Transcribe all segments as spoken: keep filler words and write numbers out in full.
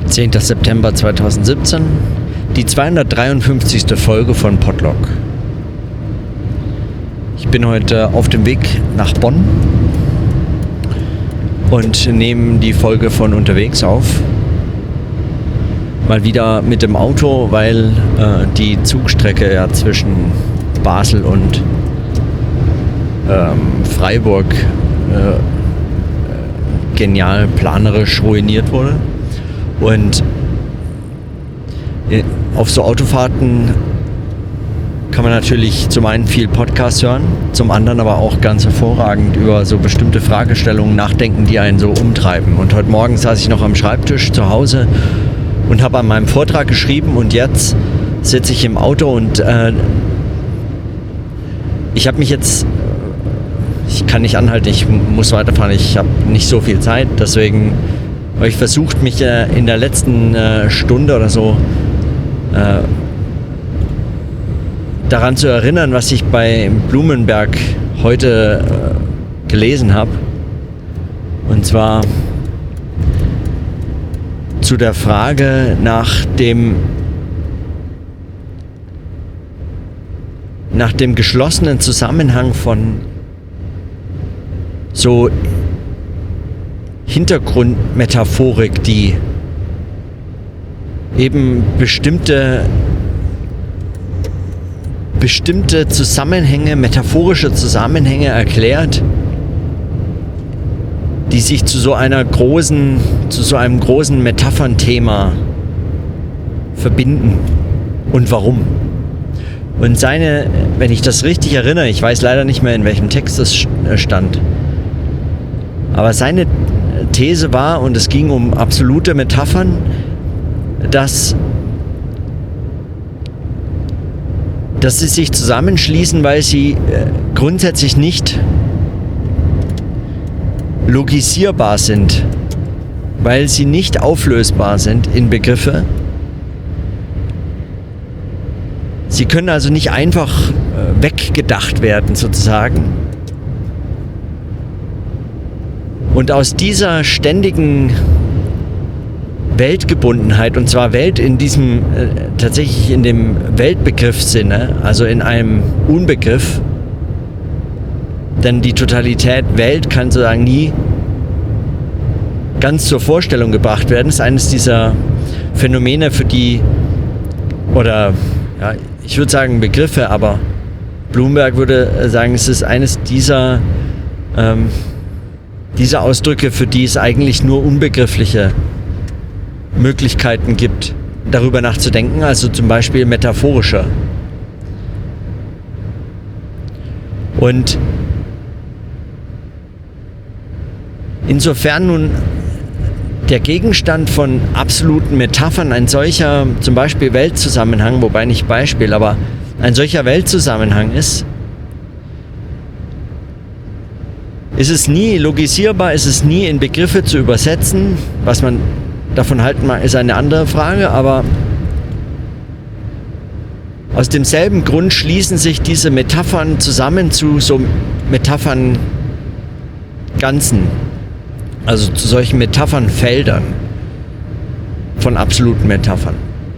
zehnter September zweitausendsiebzehn, die zweihundertdreiundfünfzigste Folge von Podlog. Ich bin heute auf dem Weg nach Bonn und nehme die Folge von unterwegs auf. Mal wieder mit dem Auto, weil äh, die Zugstrecke ja zwischen Basel und ähm, Freiburg äh, genial planerisch ruiniert wurde. Und auf so Autofahrten kann man natürlich zum einen viel Podcast hören, zum anderen aber auch ganz hervorragend über so bestimmte Fragestellungen nachdenken, die einen so umtreiben. Und heute Morgen saß ich noch am Schreibtisch zu Hause und habe an meinem Vortrag geschrieben und jetzt sitze ich im Auto und äh, ich habe mich jetzt, ich kann nicht anhalten, ich muss weiterfahren, ich habe nicht so viel Zeit, deswegen habe ich versucht, mich äh, in der letzten äh, Stunde oder so äh, daran zu erinnern, was ich bei Blumenberg heute äh, gelesen habe. Und zwar zu der Frage nach dem nach dem geschlossenen Zusammenhang von so Hintergrundmetaphorik, die eben bestimmte bestimmte Zusammenhänge, metaphorische Zusammenhänge erklärt, die sich zu so einer großen, zu so einem großen Metaphernthema verbinden. Und warum? Und seine, wenn ich das richtig erinnere, ich weiß leider nicht mehr, in welchem Text das stand, aber seine These war, und es ging um absolute Metaphern, dass, dass sie sich zusammenschließen, weil sie äh, grundsätzlich nicht logisierbar sind, weil sie nicht auflösbar sind in Begriffe. Sie können also nicht einfach äh, weggedacht werden, sozusagen. Und aus dieser ständigen Weltgebundenheit, und zwar Welt in diesem, äh, tatsächlich in dem Weltbegriffssinne, also in einem Unbegriff, denn die Totalität Welt kann sozusagen nie ganz zur Vorstellung gebracht werden. Das ist eines dieser Phänomene, für die, oder ja, ich würde sagen Begriffe, aber Blumenberg würde sagen, es ist eines dieser ähm, diese Ausdrücke, für die es eigentlich nur unbegriffliche Möglichkeiten gibt, darüber nachzudenken, also zum Beispiel metaphorischer. Und insofern nun der Gegenstand von absoluten Metaphern ein solcher, zum Beispiel Weltzusammenhang, wobei nicht Beispiel, aber ein solcher Weltzusammenhang ist, ist es nie logisierbar, ist es nie in Begriffe zu übersetzen. Was man davon halten mag, ist eine andere Frage, aber aus demselben Grund schließen sich diese Metaphern zusammen zu so Metaphern Ganzen, also zu solchen Metaphernfeldern von absoluten Metaphern.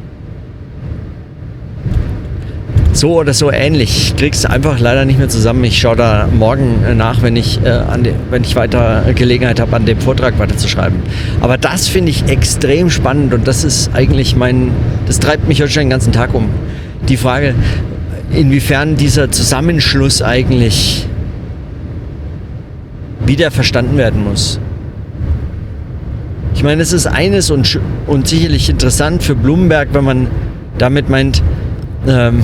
So oder so ähnlich. Ich krieg's einfach leider nicht mehr zusammen. Ich schaue da morgen nach, wenn ich, äh, an de, wenn ich weiter Gelegenheit habe, an dem Vortrag weiterzuschreiben. Aber das finde ich extrem spannend und das ist eigentlich mein, das treibt mich heute schon den ganzen Tag um. Die Frage, inwiefern dieser Zusammenschluss eigentlich wieder verstanden werden muss. Ich meine, es ist eines und, und sicherlich interessant für Blumenberg, wenn man damit meint, ähm,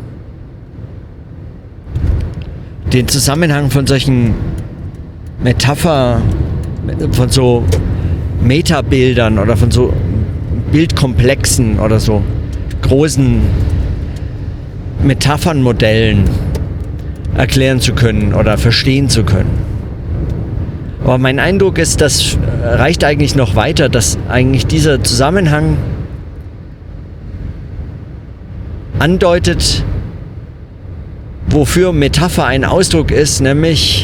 den Zusammenhang von solchen Metapher, von so Metabildern oder von so Bildkomplexen oder so großen Metaphernmodellen erklären zu können oder verstehen zu können. Aber mein Eindruck ist, das reicht eigentlich noch weiter, dass eigentlich dieser Zusammenhang andeutet, wofür Metapher ein Ausdruck ist, nämlich,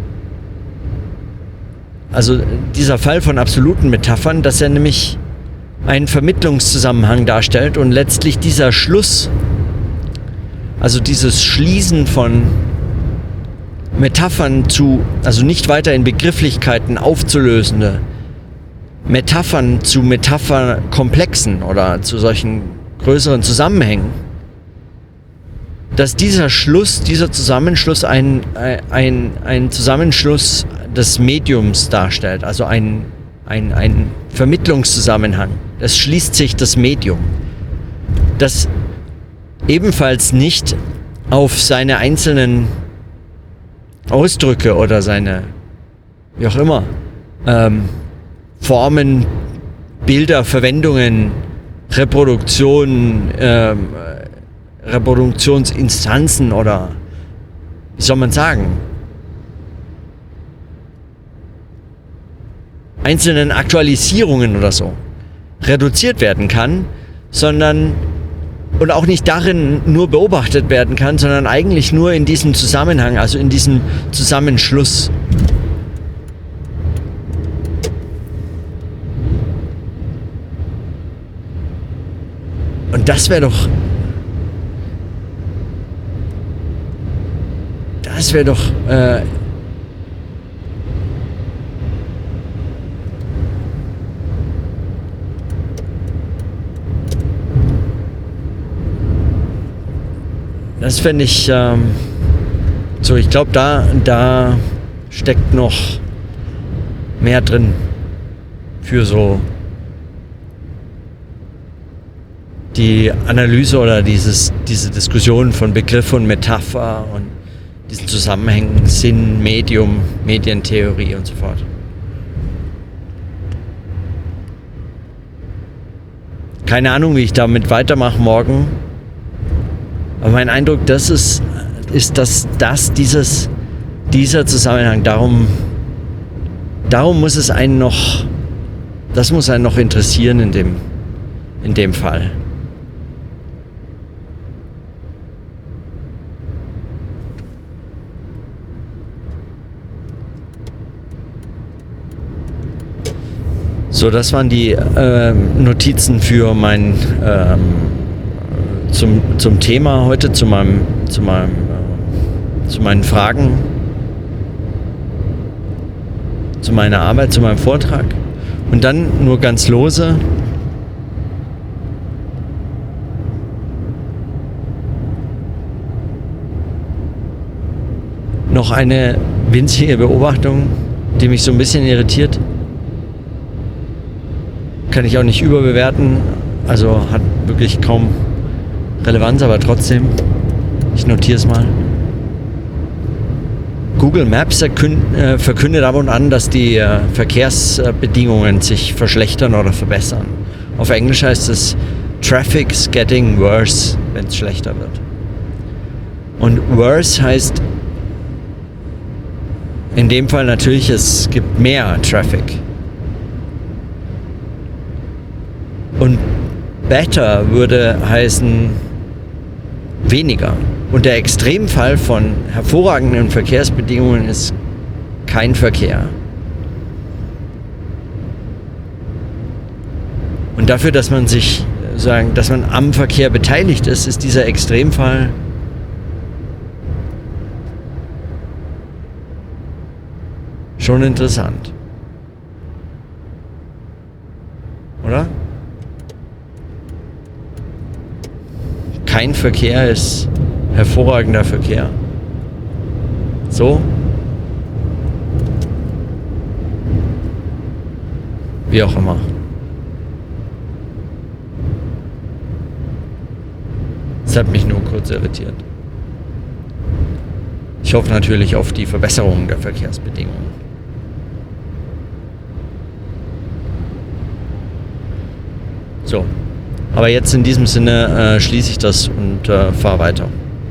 also dieser Fall von absoluten Metaphern, dass er nämlich einen Vermittlungszusammenhang darstellt und letztlich dieser Schluss, also dieses Schließen von Metaphern zu, also nicht weiter in Begrifflichkeiten aufzulösende Metaphern zu Metapherkomplexen oder zu solchen größeren Zusammenhängen, dass dieser Schluss, dieser Zusammenschluss ein, ein, ein Zusammenschluss des Mediums darstellt, also ein, ein, ein Vermittlungszusammenhang. Es schließt sich das Medium, das ebenfalls nicht auf seine einzelnen Ausdrücke oder seine, wie auch immer, ähm, Formen, Bilder, Verwendungen, Reproduktionen, ähm, Reproduktionsinstanzen oder wie soll man sagen, einzelnen Aktualisierungen oder so reduziert werden kann, sondern und auch nicht darin nur beobachtet werden kann, sondern eigentlich nur in diesem Zusammenhang, also in diesem Zusammenschluss. Und das wäre doch, das wäre doch, äh, das fände ich, ähm, so, ich glaube, da, da steckt noch mehr drin für so die Analyse oder dieses, diese Diskussion von Begriff und Metapher und diesen Zusammenhängen, Sinn, Medium, Medientheorie und so fort. Keine Ahnung, wie ich damit weitermache morgen. Aber mein Eindruck, das ist, ist dass das, dieses, dieser Zusammenhang, darum, darum muss es einen noch, das muss einen noch interessieren in dem, in dem Fall. So, das waren die äh, Notizen für mein ähm, zum, zum Thema heute, zu meinem, zu meinem, äh, zu meinen Fragen, zu meiner Arbeit, zu meinem Vortrag. Und dann nur ganz lose noch eine winzige Beobachtung, die mich so ein bisschen irritiert. Kann ich auch nicht überbewerten, also hat wirklich kaum Relevanz, aber trotzdem, ich notiere es mal. Google Maps äh, verkündet ab und an, dass die äh, Verkehrsbedingungen sich verschlechtern oder verbessern. Auf Englisch heißt es Traffic's getting worse, wenn es schlechter wird. Und worse heißt in dem Fall natürlich, es gibt mehr Traffic. Und better würde heißen weniger. Und der Extremfall von hervorragenden Verkehrsbedingungen ist kein Verkehr. Und dafür, dass man sich sagen, dass man am Verkehr beteiligt ist, ist dieser Extremfall schon interessant. Oder? Kein Verkehr ist hervorragender Verkehr. So? Wie auch immer. Das hat mich nur kurz irritiert. Ich hoffe natürlich auf die Verbesserung der Verkehrsbedingungen. So. Aber jetzt in diesem Sinne äh, schließe ich das und äh, fahre weiter.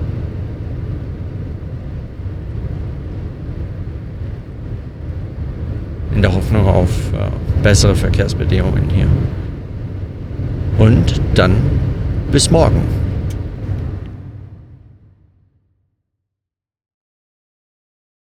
In der Hoffnung auf äh, bessere Verkehrsbedingungen hier. Und dann bis morgen.